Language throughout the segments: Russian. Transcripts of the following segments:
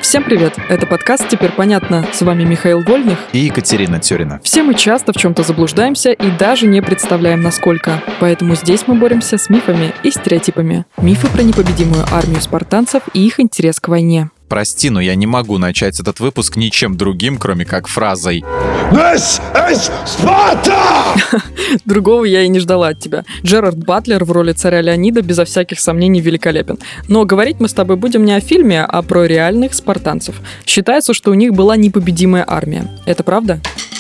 Всем привет! Это подкаст «Теперь понятно». С вами Михаил Вольных и Екатерина Тюрина. Все мы часто в чем-то заблуждаемся и даже не представляем, насколько. Поэтому здесь мы боремся с мифами и стереотипами. Мифы про непобедимую армию спартанцев и их интерес к войне. Прости, но я не могу начать этот выпуск ничем другим, кроме как фразой «This is Sparta!» Другого я и не ждала от тебя. Джерард Батлер в роли царя Леонида безо всяких сомнений великолепен. Но говорить мы с тобой будем не о фильме, а про реальных спартанцев. Считается, что у них была непобедимая армия. Это правда?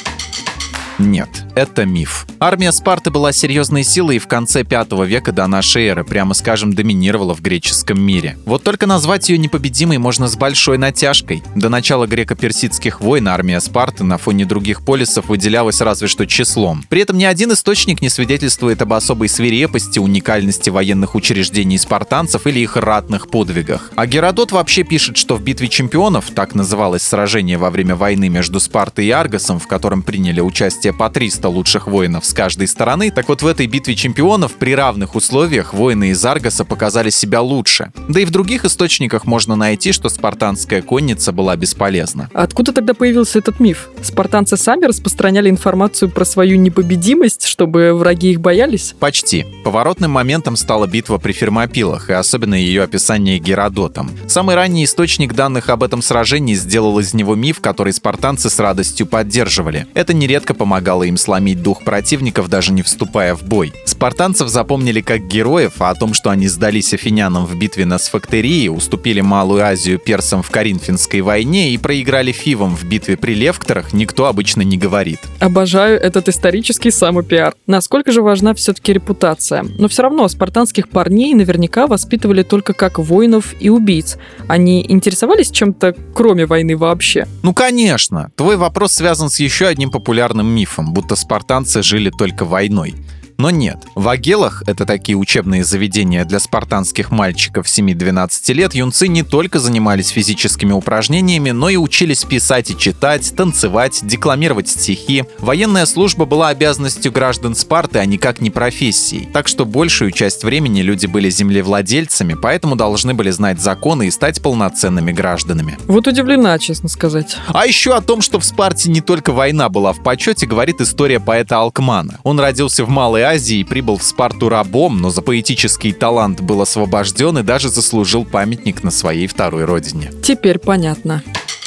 Нет, это миф. Армия Спарты была серьезной силой и в конце V века до нашей эры, прямо скажем, доминировала в греческом мире. Вот только назвать ее непобедимой можно с большой натяжкой. До начала греко-персидских войн армия Спарты на фоне других полисов выделялась разве что числом. При этом ни один источник не свидетельствует об особой свирепости, уникальности военных учреждений спартанцев или их ратных подвигах. А Геродот вообще пишет, что в битве чемпионов, так называлось сражение во время войны между Спартой и Аргосом, в котором приняли участие по 300 лучших воинов с каждой стороны, так вот в этой битве чемпионов при равных условиях воины из Аргоса показали себя лучше. Да и в других источниках можно найти, что спартанская конница была бесполезна. Откуда тогда появился этот миф? Спартанцы сами распространяли информацию про свою непобедимость, чтобы враги их боялись? Почти. Поворотным моментом стала битва при Фермопилах, и особенно ее описание Геродотом. Самый ранний источник данных об этом сражении сделал из него миф, который спартанцы с радостью поддерживали. Это нередко помогало им сломить дух противников, даже не вступая в бой. Спартанцев запомнили как героев, а о том, что они сдались афинянам в битве на Сфактерии, уступили Малую Азию персам в Коринфянской войне и проиграли фивам в битве при Левкторах, никто обычно не говорит. Обожаю этот исторический самопиар. Насколько же важна все-таки репутация? Но все равно спартанских парней наверняка воспитывали только как воинов и убийц. Они интересовались чем-то, кроме войны вообще? Ну, конечно. Твой вопрос связан с еще одним популярным мифом, будто спартанцы жили только войной. Но нет. В агелах, это такие учебные заведения для спартанских мальчиков 7-12 лет, юнцы не только занимались физическими упражнениями, но и учились писать и читать, танцевать, декламировать стихи. Военная служба была обязанностью граждан Спарты, а никак не профессией. Так что большую часть времени люди были землевладельцами, поэтому должны были знать законы и стать полноценными гражданами. Вот удивлена, честно сказать. А еще о том, что в Спарте не только война была в почете, говорит история поэта Алкмана. Он родился в Малой Азии и прибыл в Спарту рабом, но за поэтический талант был освобожден и даже заслужил памятник на своей второй родине. Теперь понятно.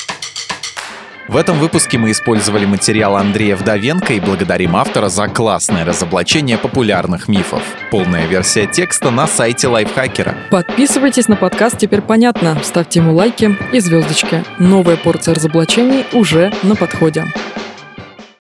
В этом выпуске мы использовали материал Андрея Вдовенко и благодарим автора за классное разоблачение популярных мифов. Полная версия текста на сайте Лайфхакера. Подписывайтесь на подкаст «Теперь понятно», ставьте ему лайки и звездочки. Новая порция разоблачений уже на подходе.